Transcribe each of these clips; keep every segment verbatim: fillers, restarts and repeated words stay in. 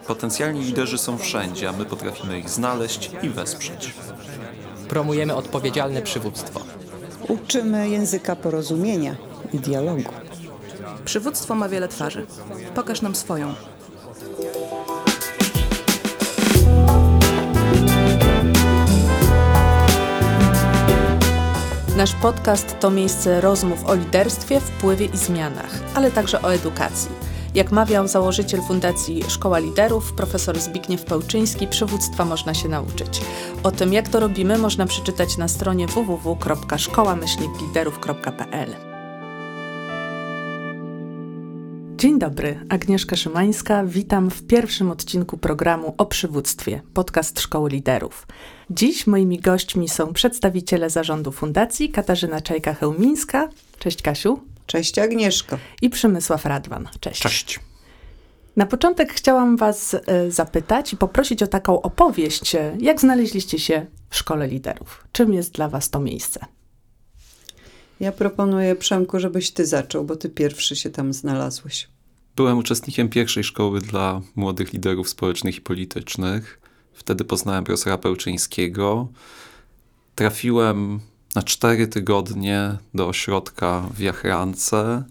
Potencjalni liderzy są wszędzie, a my potrafimy ich znaleźć i wesprzeć. Promujemy odpowiedzialne przywództwo. Uczymy języka porozumienia i dialogu. Przywództwo ma wiele twarzy. Pokaż nam swoją. Nasz podcast to miejsce rozmów o liderstwie, wpływie i zmianach, ale także o edukacji. Jak mawiał założyciel Fundacji Szkoła Liderów, profesor Zbigniew Pełczyński, przywództwa można się nauczyć. O tym, jak to robimy, można przeczytać na stronie w w w kropka szkoła myślnik liderów kropka p l. Dzień dobry, Agnieszka Szymańska. Witam w pierwszym odcinku programu o przywództwie, podcast Szkoły Liderów. Dziś moimi gośćmi są przedstawiciele zarządu fundacji Katarzyna Czajka-Chełmińska. Cześć Kasiu. Cześć Agnieszko. I Przemysław Radwan. Cześć. Cześć. Na początek chciałam was y, zapytać i poprosić o taką opowieść, jak znaleźliście się w Szkole Liderów. Czym jest dla was to miejsce? Ja proponuję, Przemku, żebyś ty zaczął, bo ty pierwszy się tam znalazłeś. Byłem uczestnikiem pierwszej szkoły dla młodych liderów społecznych i politycznych. Wtedy poznałem profesora Pełczyńskiego. Trafiłem na cztery tygodnie do ośrodka w Jachrance,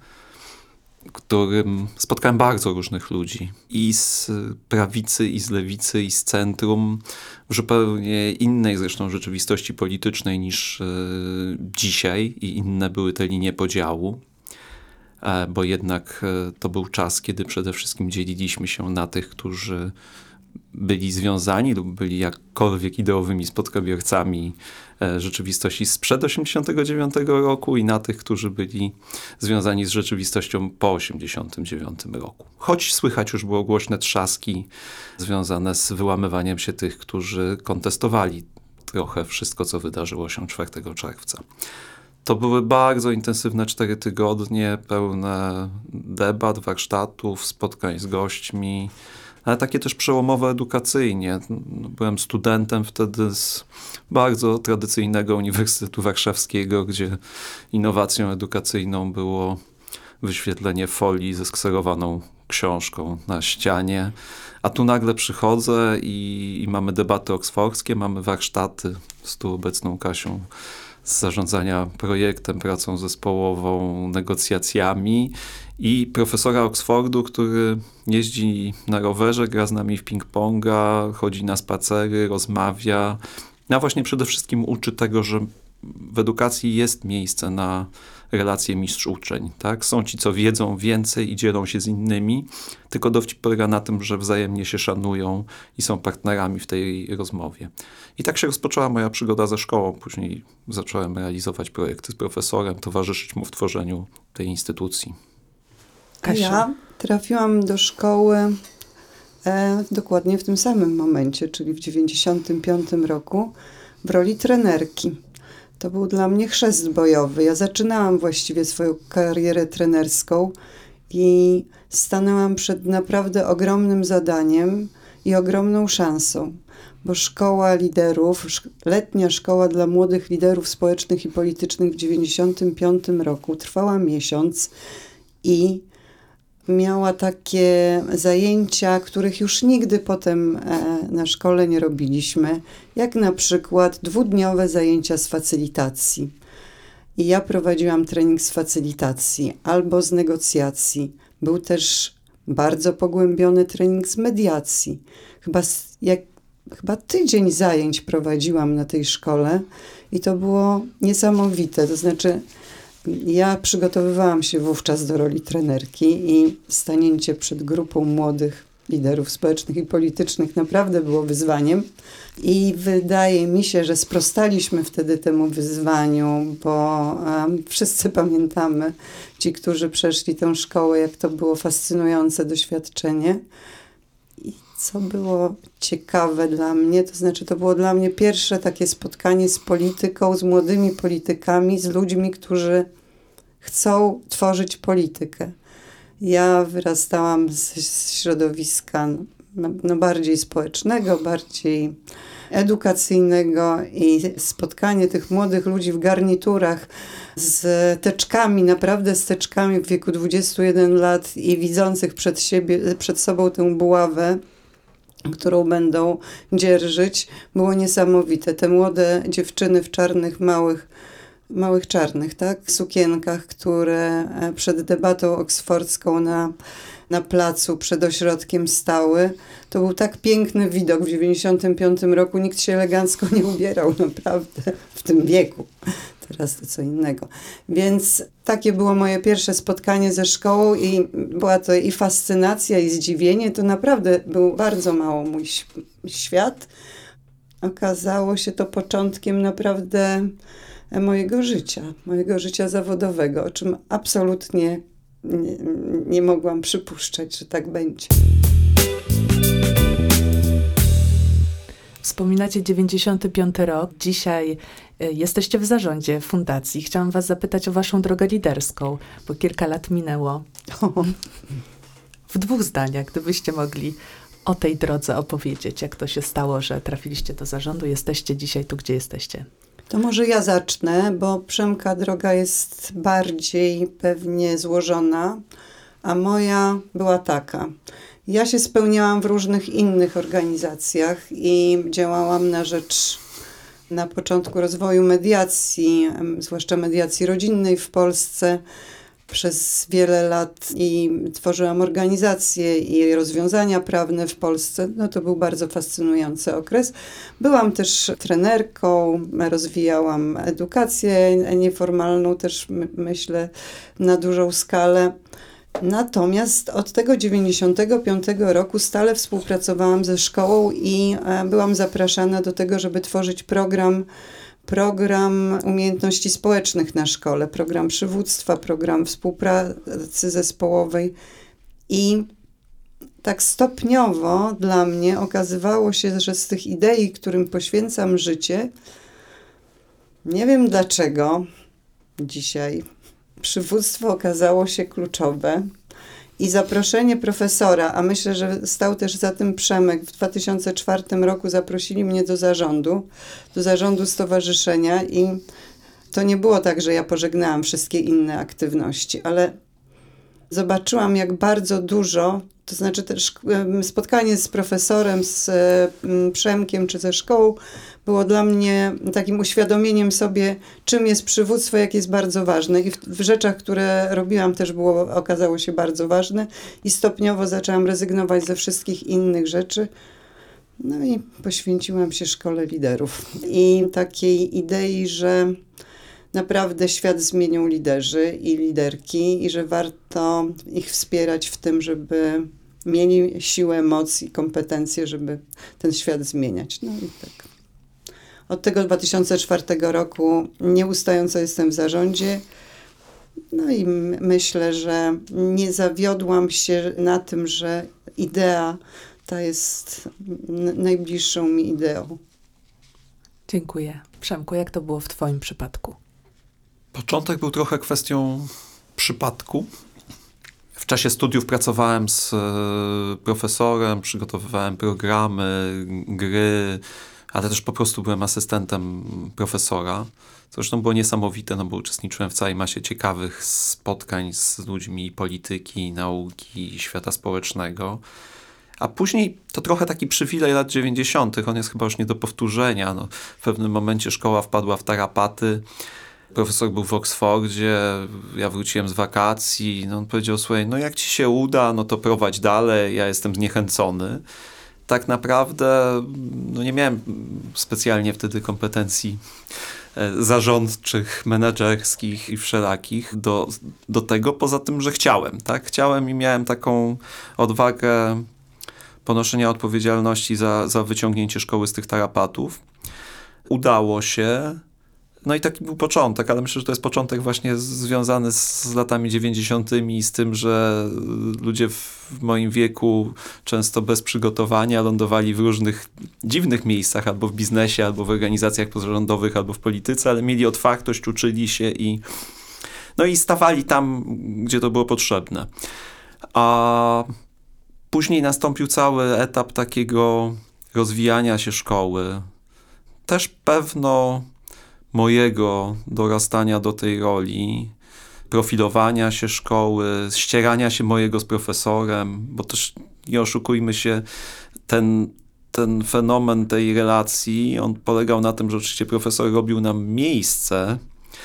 w którym spotkałem bardzo różnych ludzi. I z prawicy, i z lewicy, i z centrum. W zupełnie innej zresztą rzeczywistości politycznej niż y, dzisiaj. I inne były te linie podziału. E, bo jednak e, to był czas, kiedy przede wszystkim dzieliliśmy się na tych, którzy byli związani lub byli jakkolwiek ideowymi spadkobiercami e, rzeczywistości sprzed osiemdziesiątego dziewiątego roku i na tych, którzy byli związani z rzeczywistością po osiemdziesiątym dziewiątym roku. Choć słychać już było głośne trzaski związane z wyłamywaniem się tych, którzy kontestowali trochę wszystko, co wydarzyło się czwartego czerwca. To były bardzo intensywne cztery tygodnie, pełne debat, warsztatów, spotkań z gośćmi, ale takie też przełomowe edukacyjnie. Byłem studentem wtedy z bardzo tradycyjnego Uniwersytetu Warszawskiego, gdzie innowacją edukacyjną było wyświetlenie folii ze skserowaną książką na ścianie. A tu nagle przychodzę i, i mamy debaty oksfordzkie, mamy warsztaty z tu obecną Kasią z zarządzania projektem, pracą zespołową, negocjacjami i profesora Oxfordu, który jeździ na rowerze, gra z nami w ping-ponga, chodzi na spacery, rozmawia. A właśnie przede wszystkim uczy tego, że w edukacji jest miejsce na relacje mistrz-uczeń. Tak? Są ci, co wiedzą więcej i dzielą się z innymi, tylko dowcip polega na tym, że wzajemnie się szanują i są partnerami w tej rozmowie. I tak się rozpoczęła moja przygoda ze szkołą. Później zacząłem realizować projekty z profesorem, towarzyszyć mu w tworzeniu tej instytucji. A ja trafiłam do szkoły e, dokładnie w tym samym momencie, czyli w dziewięćdziesiątym piątym roku w roli trenerki. To był dla mnie chrzest bojowy. Ja zaczynałam właściwie swoją karierę trenerską i stanęłam przed naprawdę ogromnym zadaniem i ogromną szansą, bo Szkoła Liderów, letnia szkoła dla młodych liderów społecznych i politycznych w dziewięćdziesiątym piątym roku trwała miesiąc i miała takie zajęcia, których już nigdy potem na szkole nie robiliśmy, jak na przykład dwudniowe zajęcia z facylitacji. I ja prowadziłam trening z facylitacji albo z negocjacji. Był też bardzo pogłębiony trening z mediacji. Chyba, jak, chyba tydzień zajęć prowadziłam na tej szkole i to było niesamowite. To znaczy ja przygotowywałam się wówczas do roli trenerki i stanięcie przed grupą młodych liderów społecznych i politycznych naprawdę było wyzwaniem. I wydaje mi się, że sprostaliśmy wtedy temu wyzwaniu, bo um, wszyscy pamiętamy, ci, którzy przeszli tę szkołę, jak to było fascynujące doświadczenie. I co było ciekawe dla mnie, to znaczy to było dla mnie pierwsze takie spotkanie z polityką, z młodymi politykami, z ludźmi, którzy chcą tworzyć politykę. Ja wyrastałam z, z środowiska no, no bardziej społecznego, bardziej edukacyjnego i spotkanie tych młodych ludzi w garniturach z teczkami, naprawdę z teczkami w wieku dwudziestu jeden lat i widzących przed siebie, przed sobą tę buławę, którą będą dzierżyć, było niesamowite. Te młode dziewczyny w czarnych, małych, małych czarnych, tak, sukienkach, które przed debatą oksfordzką na, na placu przed ośrodkiem stały. To był tak piękny widok w dziewięćdziesiątym piątym roku. Nikt się elegancko nie ubierał, naprawdę, w tym wieku. Teraz to co innego. Więc takie było moje pierwsze spotkanie ze szkołą i była to i fascynacja, i zdziwienie. To naprawdę był bardzo mało mój świat. Okazało się to początkiem naprawdę mojego życia, mojego życia zawodowego, o czym absolutnie nie, nie mogłam przypuszczać, że tak będzie. Wspominacie dziewięćdziesiąty piąty rok. Dzisiaj y, jesteście w zarządzie fundacji. Chciałam was zapytać o waszą drogę liderską, bo kilka lat minęło. W dwóch zdaniach, gdybyście mogli o tej drodze opowiedzieć, jak to się stało, że trafiliście do zarządu, jesteście dzisiaj tu, gdzie jesteście. To może ja zacznę, bo Przemka droga jest bardziej pewnie złożona, a moja była taka. Ja się spełniałam w różnych innych organizacjach i działałam na rzecz na początku rozwoju mediacji, zwłaszcza mediacji rodzinnej w Polsce przez wiele lat i tworzyłam organizacje i rozwiązania prawne w Polsce. No to był bardzo fascynujący okres. Byłam też trenerką, rozwijałam edukację nieformalną też myślę na dużą skalę. Natomiast od tego dziewięćdziesiątego piątego roku stale współpracowałam ze szkołą i byłam zapraszana do tego, żeby tworzyć program, program umiejętności społecznych na szkole, program przywództwa, program współpracy zespołowej. I tak stopniowo dla mnie okazywało się, że z tych idei, którym poświęcam życie, nie wiem dlaczego dzisiaj przywództwo okazało się kluczowe i zaproszenie profesora, a myślę, że stał też za tym Przemek. W dwa tysiące czwartym roku zaprosili mnie do zarządu, do zarządu stowarzyszenia i to nie było tak, że ja pożegnałam wszystkie inne aktywności, ale zobaczyłam, jak bardzo dużo, to znaczy też spotkanie z profesorem, z Przemkiem czy ze szkołą było dla mnie takim uświadomieniem sobie, czym jest przywództwo, jak jest bardzo ważne. I w, w rzeczach, które robiłam też było, okazało się bardzo ważne i stopniowo zaczęłam rezygnować ze wszystkich innych rzeczy. No i poświęciłam się szkole liderów. I takiej idei, że naprawdę świat zmienią liderzy i liderki i że warto ich wspierać w tym, żeby mieli siłę, moc i kompetencje, żeby ten świat zmieniać. No i tak. Od tego dwa tysiące czwartego roku nieustająco jestem w zarządzie. No i m- myślę, że nie zawiodłam się na tym, że idea ta jest n- najbliższą mi ideą. Dziękuję. Przemku, jak to było w twoim przypadku? Początek był trochę kwestią przypadku. W czasie studiów pracowałem z profesorem, przygotowywałem programy, gry, ale też po prostu byłem asystentem profesora. Zresztą było niesamowite, no bo uczestniczyłem w całej masie ciekawych spotkań z ludźmi polityki, nauki, świata społecznego. A później to trochę taki przywilej lat dziewięćdziesiątych. On jest chyba już nie do powtórzenia. No, w pewnym momencie szkoła wpadła w tarapaty. Profesor był w Oksfordzie, ja wróciłem z wakacji. No on powiedział, słuchaj, no jak ci się uda, no to prowadź dalej, ja jestem zniechęcony. Tak naprawdę no nie miałem specjalnie wtedy kompetencji zarządczych, menedżerskich i wszelakich do, do tego, poza tym, że chciałem. Tak? Chciałem i miałem taką odwagę ponoszenia odpowiedzialności za, za wyciągnięcie szkoły z tych tarapatów. Udało się. No i taki był początek, ale myślę, że to jest początek właśnie związany z, z latami dziewięćdziesiątymi i z tym, że ludzie w moim wieku często bez przygotowania lądowali w różnych dziwnych miejscach, albo w biznesie, albo w organizacjach pozarządowych, albo w polityce, ale mieli otwartość, uczyli się i no i stawali tam, gdzie to było potrzebne. A później nastąpił cały etap takiego rozwijania się szkoły. Też pewno mojego dorastania do tej roli, profilowania się szkoły, ścierania się mojego z profesorem, bo też nie oszukujmy się, ten, ten fenomen tej relacji, on polegał na tym, że oczywiście profesor robił nam miejsce,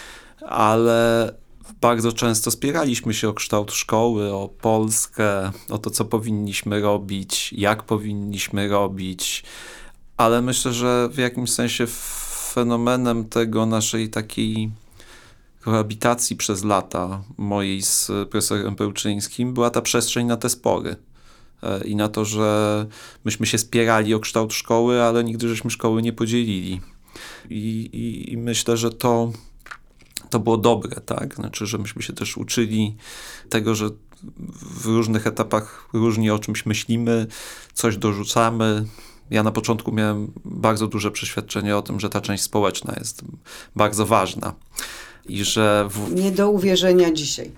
ale bardzo często spieraliśmy się o kształt szkoły, o Polskę, o to, co powinniśmy robić, jak powinniśmy robić, ale myślę, że w jakimś sensie fenomenem tego naszej takiej kohabitacji przez lata mojej z profesorem Pełczyńskim była ta przestrzeń na te spory i na to, że myśmy się spierali o kształt szkoły, ale nigdy żeśmy szkoły nie podzielili. I, i, i myślę, że to To było dobre, tak? Znaczy, że myśmy się też uczyli tego, że w różnych etapach różnie o czymś myślimy, coś dorzucamy. Ja na początku miałem bardzo duże przeświadczenie o tym, że ta część społeczna jest bardzo ważna. I że w... Nie do uwierzenia dzisiaj.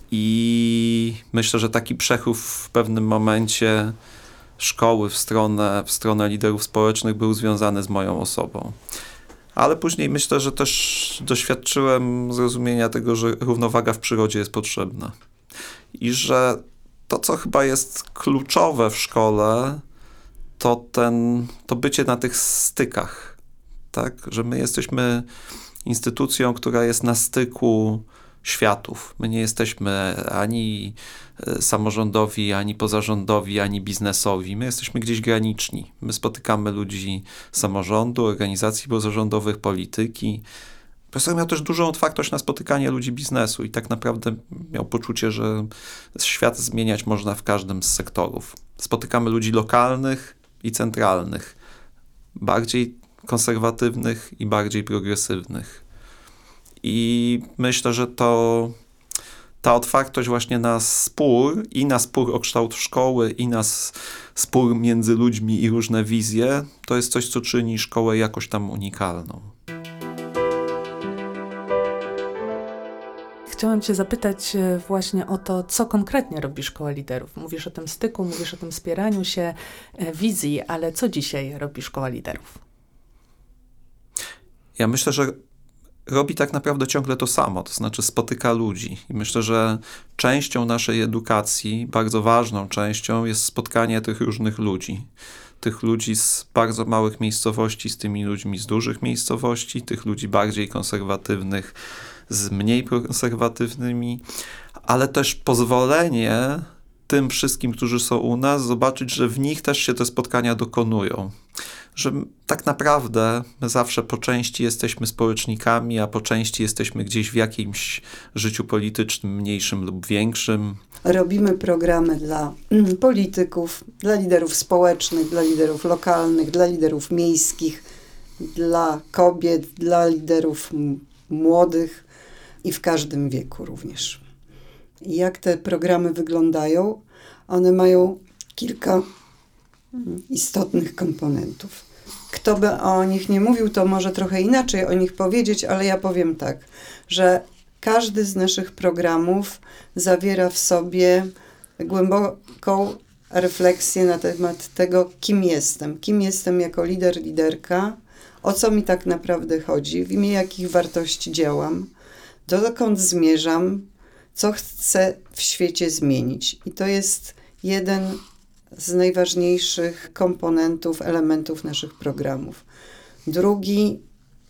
I myślę, że taki przechód w pewnym momencie szkoły w stronę, w stronę liderów społecznych był związany z moją osobą. Ale później myślę, że też doświadczyłem zrozumienia tego, że równowaga w przyrodzie jest potrzebna. I że to, co chyba jest kluczowe w szkole, to ten, to bycie na tych stykach. Tak? Że my jesteśmy instytucją, która jest na styku światów. My nie jesteśmy ani samorządowi, ani pozarządowi, ani biznesowi. My jesteśmy gdzieś graniczni. My spotykamy ludzi z samorządu, organizacji pozarządowych, polityki. Profesor miał też dużą otwartość na spotykanie ludzi biznesu i tak naprawdę miał poczucie, że świat zmieniać można w każdym z sektorów. Spotykamy ludzi lokalnych i centralnych, bardziej konserwatywnych i bardziej progresywnych. I myślę, że to ta otwartość właśnie na spór i na spór o kształt szkoły i na spór między ludźmi i różne wizje, to jest coś, co czyni szkołę jakoś tam unikalną. Chciałam cię zapytać właśnie o to, co konkretnie robi Szkoła Liderów. Mówisz o tym styku, mówisz o tym spieraniu się, wizji, ale co dzisiaj robi Szkoła Liderów? Ja myślę, że robi tak naprawdę ciągle to samo, to znaczy spotyka ludzi. I myślę, że częścią naszej edukacji, bardzo ważną częścią jest spotkanie tych różnych ludzi. Tych ludzi z bardzo małych miejscowości, z tymi ludźmi z dużych miejscowości, tych ludzi bardziej konserwatywnych z mniej konserwatywnymi, ale też pozwolenie tym wszystkim, którzy są u nas, zobaczyć, że w nich też się te spotkania dokonują. Że tak naprawdę my zawsze po części jesteśmy społecznikami, a po części jesteśmy gdzieś w jakimś życiu politycznym, mniejszym lub większym. Robimy programy dla mm, polityków, dla liderów społecznych, dla liderów lokalnych, dla liderów miejskich, dla kobiet, dla liderów m- młodych i w każdym wieku również. I jak te programy wyglądają? One mają kilka mm, istotnych komponentów. Kto by o nich nie mówił, to może trochę inaczej o nich powiedzieć, ale ja powiem tak, że każdy z naszych programów zawiera w sobie głęboką refleksję na temat tego, kim jestem. Kim jestem jako lider, liderka, o co mi tak naprawdę chodzi, w imię jakich wartości działam, dokąd zmierzam, co chcę w świecie zmienić. I to jest jeden z najważniejszych komponentów, elementów naszych programów. Drugi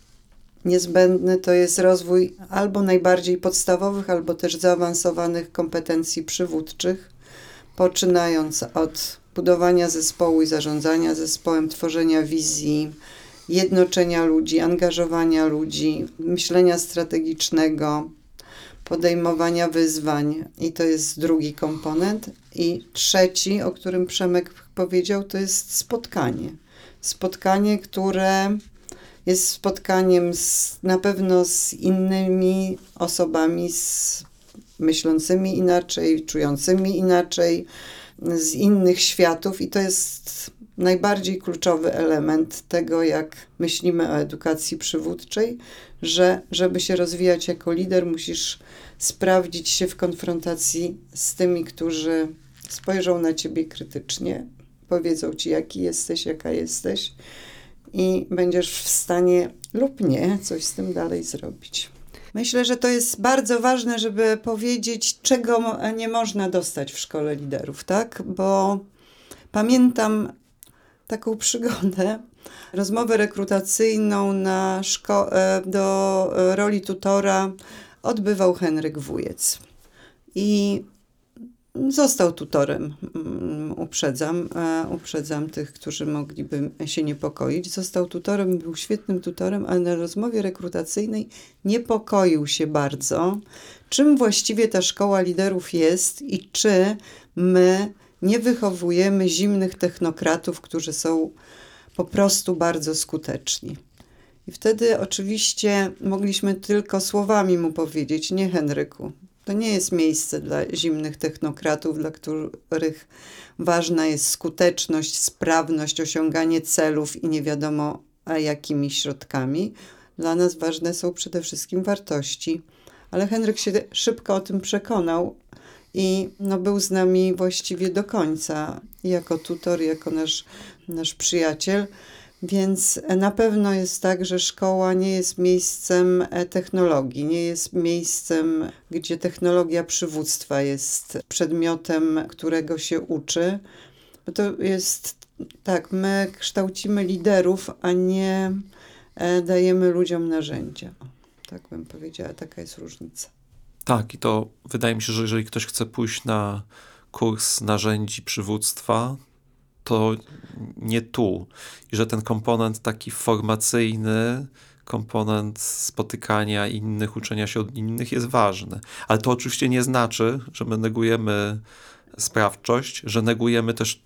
niezbędny to jest rozwój albo najbardziej podstawowych, albo też zaawansowanych kompetencji przywódczych, poczynając od budowania zespołu i zarządzania zespołem, tworzenia wizji, jednoczenia ludzi, angażowania ludzi, myślenia strategicznego, podejmowania wyzwań. I to jest drugi komponent. I trzeci, o którym Przemek powiedział, to jest spotkanie. Spotkanie, które jest spotkaniem z, na pewno z innymi osobami, z myślącymi inaczej, czującymi inaczej, z innych światów. I to jest najbardziej kluczowy element tego, jak myślimy o edukacji przywódczej, że żeby się rozwijać jako lider, musisz sprawdzić się w konfrontacji z tymi, którzy spojrzą na ciebie krytycznie, powiedzą ci, jaki jesteś, jaka jesteś i będziesz w stanie lub nie coś z tym dalej zrobić. Myślę, że to jest bardzo ważne, żeby powiedzieć, czego nie można dostać w szkole liderów, tak? Bo Pamiętam taką przygodę, rozmowę rekrutacyjną na szko- do roli tutora odbywał Henryk Wujec. I został tutorem, uprzedzam, uprzedzam tych, którzy mogliby się niepokoić. Został tutorem, był świetnym tutorem, ale na rozmowie rekrutacyjnej niepokoił się bardzo, czym właściwie ta szkoła liderów jest i czy my nie wychowujemy zimnych technokratów, którzy są po prostu bardzo skuteczni. I wtedy oczywiście mogliśmy tylko słowami mu powiedzieć: nie, Henryku, to nie jest miejsce dla zimnych technokratów, dla których ważna jest skuteczność, sprawność, osiąganie celów i nie wiadomo a jakimi środkami. Dla nas ważne są przede wszystkim wartości. Ale Henryk się szybko o tym przekonał i no, był z nami właściwie do końca, jako tutor, jako nasz, nasz przyjaciel. Więc na pewno jest tak, że szkoła nie jest miejscem technologii, nie jest miejscem, gdzie technologia przywództwa jest przedmiotem, którego się uczy. Bo to jest tak, my kształcimy liderów, a nie dajemy ludziom narzędzia. O, tak bym powiedziała, taka jest różnica. Tak, i to wydaje mi się, że jeżeli ktoś chce pójść na kurs narzędzi przywództwa, to nie tu. I że ten komponent taki formacyjny, komponent spotykania innych, uczenia się od innych jest ważny. Ale to oczywiście nie znaczy, że my negujemy sprawczość, że negujemy też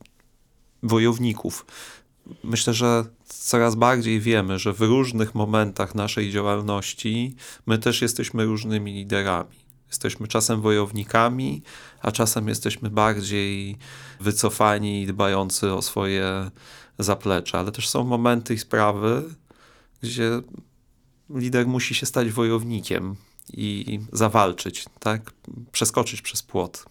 wojowników. Myślę, że coraz bardziej wiemy, że w różnych momentach naszej działalności my też jesteśmy różnymi liderami. Jesteśmy czasem wojownikami, a czasem jesteśmy bardziej wycofani i dbający o swoje zaplecze. Ale też są momenty i sprawy, gdzie lider musi się stać wojownikiem i zawalczyć, tak? Przeskoczyć przez płot.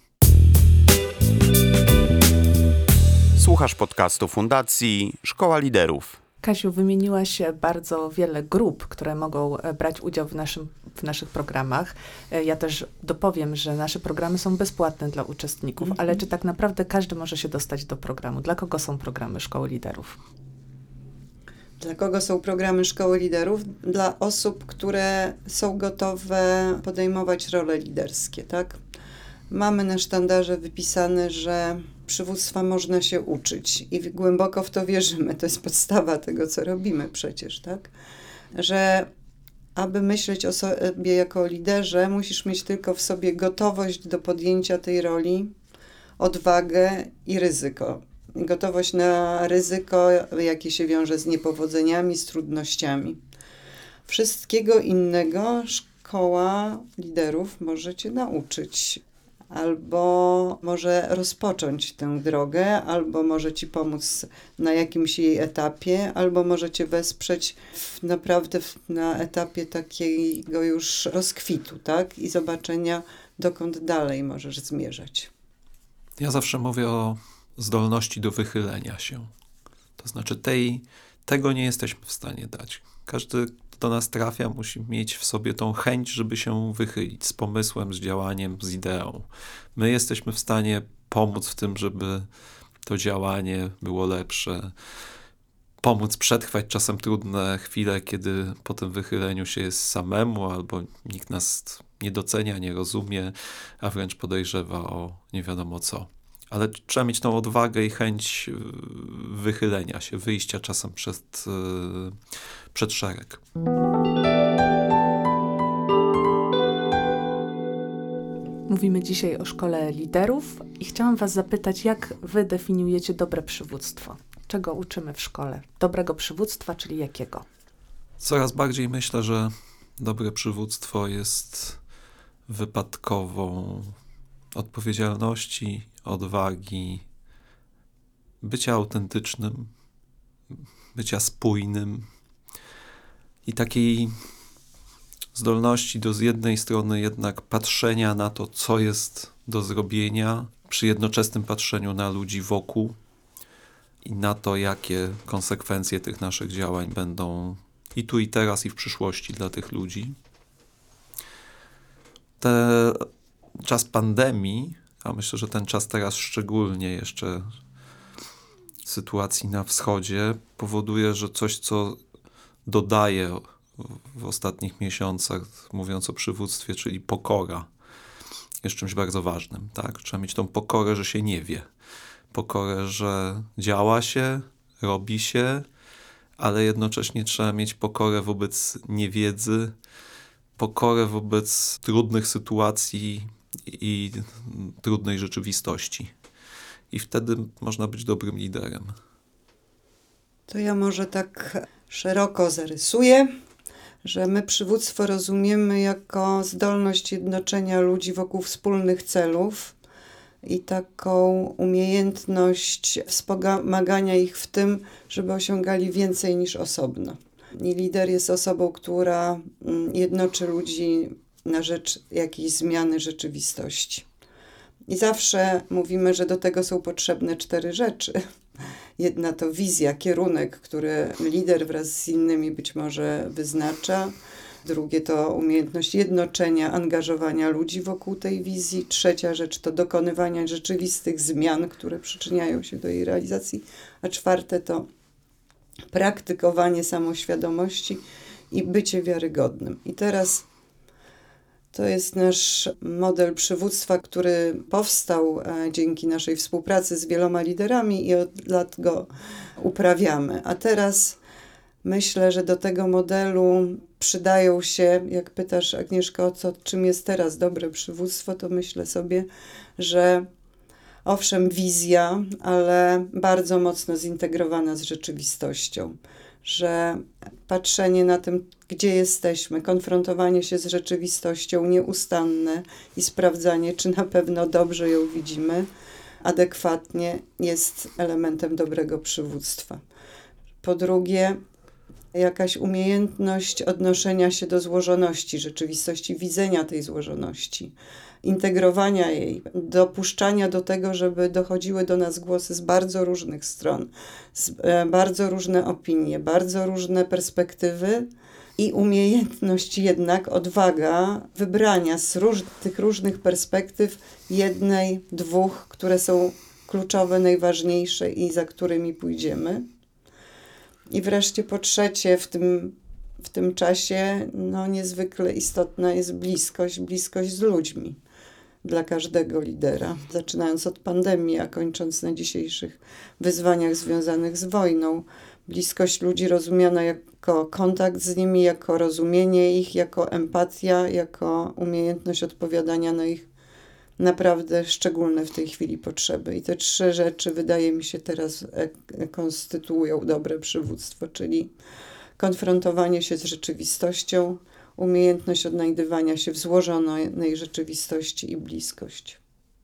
Słuchasz podcastu Fundacji Szkoła Liderów. Kasiu, wymieniłaś bardzo wiele grup, które mogą brać udział w, naszym, w naszych programach. Ja też dopowiem, że nasze programy są bezpłatne dla uczestników, mm-hmm. ale czy tak naprawdę każdy może się dostać do programu? Dla kogo są programy Szkoły Liderów? Dla kogo są programy Szkoły Liderów? Dla osób, które są gotowe podejmować role liderskie, tak? Mamy na sztandarze wypisane, że przywództwa można się uczyć i głęboko w to wierzymy. To jest podstawa tego, co robimy przecież, tak? Że aby myśleć o sobie jako o liderze, musisz mieć tylko w sobie gotowość do podjęcia tej roli, odwagę i ryzyko. Gotowość na ryzyko, jakie się wiąże z niepowodzeniami, z trudnościami. Wszystkiego innego szkoła liderów może cię nauczyć. Albo może rozpocząć tę drogę, albo może ci pomóc na jakimś jej etapie, albo może cię wesprzeć w, naprawdę w, na etapie takiego już rozkwitu, tak? I zobaczenia, dokąd dalej możesz zmierzać. Ja zawsze mówię o zdolności do wychylenia się. To znaczy tej, tego nie jesteśmy w stanie dać. Każdy, kto do nas trafia, musi mieć w sobie tą chęć, żeby się wychylić z pomysłem, z działaniem, z ideą. My jesteśmy w stanie pomóc w tym, żeby to działanie było lepsze. Pomóc przetrwać czasem trudne chwile, kiedy po tym wychyleniu się jest samemu, albo nikt nas nie docenia, nie rozumie, a wręcz podejrzewa o nie wiadomo co. Ale trzeba mieć tą odwagę i chęć wychylenia się, wyjścia czasem przed, przed szereg. Mówimy dzisiaj o Szkole Liderów i chciałam was zapytać, jak wy definiujecie dobre przywództwo? Czego uczymy w szkole? Dobrego przywództwa, czyli jakiego? Coraz bardziej myślę, że dobre przywództwo jest wypadkową odpowiedzialności, odwagi, bycia autentycznym, bycia spójnym i takiej zdolności do z jednej strony jednak patrzenia na to, co jest do zrobienia, przy jednoczesnym patrzeniu na ludzi wokół i na to, jakie konsekwencje tych naszych działań będą i tu, i teraz, i w przyszłości dla tych ludzi. Ten czas pandemii, a myślę, że ten czas teraz szczególnie jeszcze sytuacji na wschodzie powoduje, że coś, co dodaje w ostatnich miesiącach, mówiąc o przywództwie, czyli pokora, jest czymś bardzo ważnym. Tak? Trzeba mieć tą pokorę, że się nie wie. Pokorę, że działa się, robi się, ale jednocześnie trzeba mieć pokorę wobec niewiedzy, pokorę wobec trudnych sytuacji i trudnej rzeczywistości. I wtedy można być dobrym liderem. To ja może tak szeroko zarysuję, że my przywództwo rozumiemy jako zdolność jednoczenia ludzi wokół wspólnych celów i taką umiejętność wspomagania ich w tym, żeby osiągali więcej niż osobno. I lider jest osobą, która jednoczy ludzi na rzecz jakiejś zmiany rzeczywistości. I zawsze mówimy, że do tego są potrzebne cztery rzeczy. Jedna to wizja, kierunek, który lider wraz z innymi być może wyznacza. Drugie to umiejętność jednoczenia, angażowania ludzi wokół tej wizji. Trzecia rzecz to dokonywania rzeczywistych zmian, które przyczyniają się do jej realizacji. A czwarte to praktykowanie samoświadomości i bycie wiarygodnym. I teraz to jest nasz model przywództwa, który powstał e, dzięki naszej współpracy z wieloma liderami i od lat go uprawiamy. A teraz myślę, że do tego modelu przydają się, jak pytasz Agnieszko, o co, czym jest teraz dobre przywództwo, to myślę sobie, że owszem, wizja, ale bardzo mocno zintegrowana z rzeczywistością. Że patrzenie na tym, gdzie jesteśmy, konfrontowanie się z rzeczywistością nieustanne i sprawdzanie, czy na pewno dobrze ją widzimy, adekwatnie, jest elementem dobrego przywództwa. Po drugie, jakaś umiejętność odnoszenia się do złożoności rzeczywistości, widzenia tej złożoności, integrowania jej, dopuszczania do tego, żeby dochodziły do nas głosy z bardzo różnych stron, z, e, bardzo różne opinie, bardzo różne perspektywy i umiejętność jednak, odwaga wybrania z róż, tych różnych perspektyw jednej, dwóch, które są kluczowe, najważniejsze i za którymi pójdziemy. I wreszcie po trzecie w tym w tym czasie no, niezwykle istotna jest bliskość, bliskość z ludźmi dla każdego lidera. Zaczynając od pandemii, a kończąc na dzisiejszych wyzwaniach związanych z wojną. Bliskość ludzi rozumiana jako kontakt z nimi, jako rozumienie ich, jako empatia, jako umiejętność odpowiadania na ich naprawdę szczególne w tej chwili potrzeby. I te trzy rzeczy, wydaje mi się, teraz e- konstytuują dobre przywództwo, czyli konfrontowanie się z rzeczywistością, umiejętność odnajdywania się w złożonej rzeczywistości i bliskość.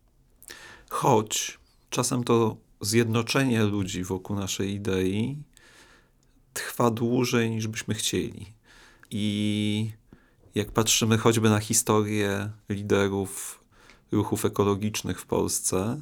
Choć czasem to zjednoczenie ludzi wokół naszej idei trwa dłużej niż byśmy chcieli. I jak patrzymy choćby na historię liderów ruchów ekologicznych w Polsce,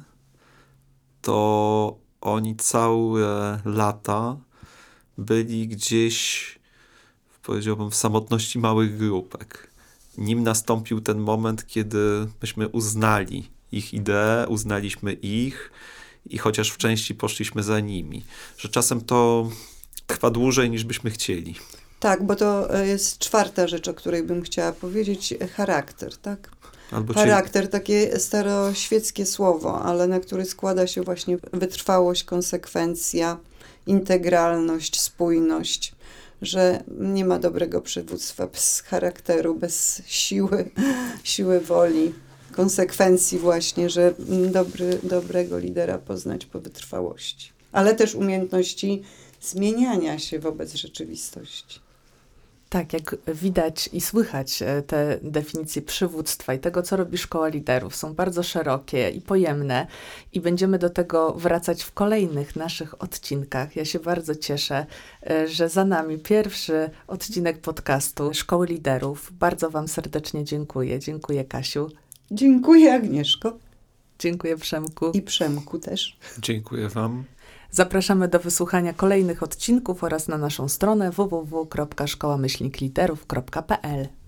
to oni całe lata byli gdzieś, powiedziałbym, w samotności małych grupek. Nim nastąpił ten moment, kiedy myśmy uznali ich ideę, uznaliśmy ich i chociaż w części poszliśmy za nimi. Że czasem to trwa dłużej niż byśmy chcieli. Tak, bo to jest czwarta rzecz, o której bym chciała powiedzieć, charakter, tak? Albo Charakter, cię... takie staroświeckie słowo, ale na który składa się właśnie wytrwałość, konsekwencja, integralność, spójność, że nie ma dobrego przywództwa bez charakteru, bez siły, siły woli, konsekwencji właśnie, że dobry, dobrego lidera poznać po wytrwałości. Ale też umiejętności zmieniania się wobec rzeczywistości. Tak, jak widać i słychać, te definicje przywództwa i tego, co robi Szkoła Liderów, są bardzo szerokie i pojemne i będziemy do tego wracać w kolejnych naszych odcinkach. Ja się bardzo cieszę, że za nami pierwszy odcinek podcastu Szkoły Liderów. Bardzo wam serdecznie dziękuję. Dziękuję, Kasiu. Dziękuję, Agnieszko. Dziękuję, Przemku. I Przemku też. Dziękuję wam. Zapraszamy do wysłuchania kolejnych odcinków oraz na naszą stronę w w w kropka szkoła myślnik liderów kropka p l.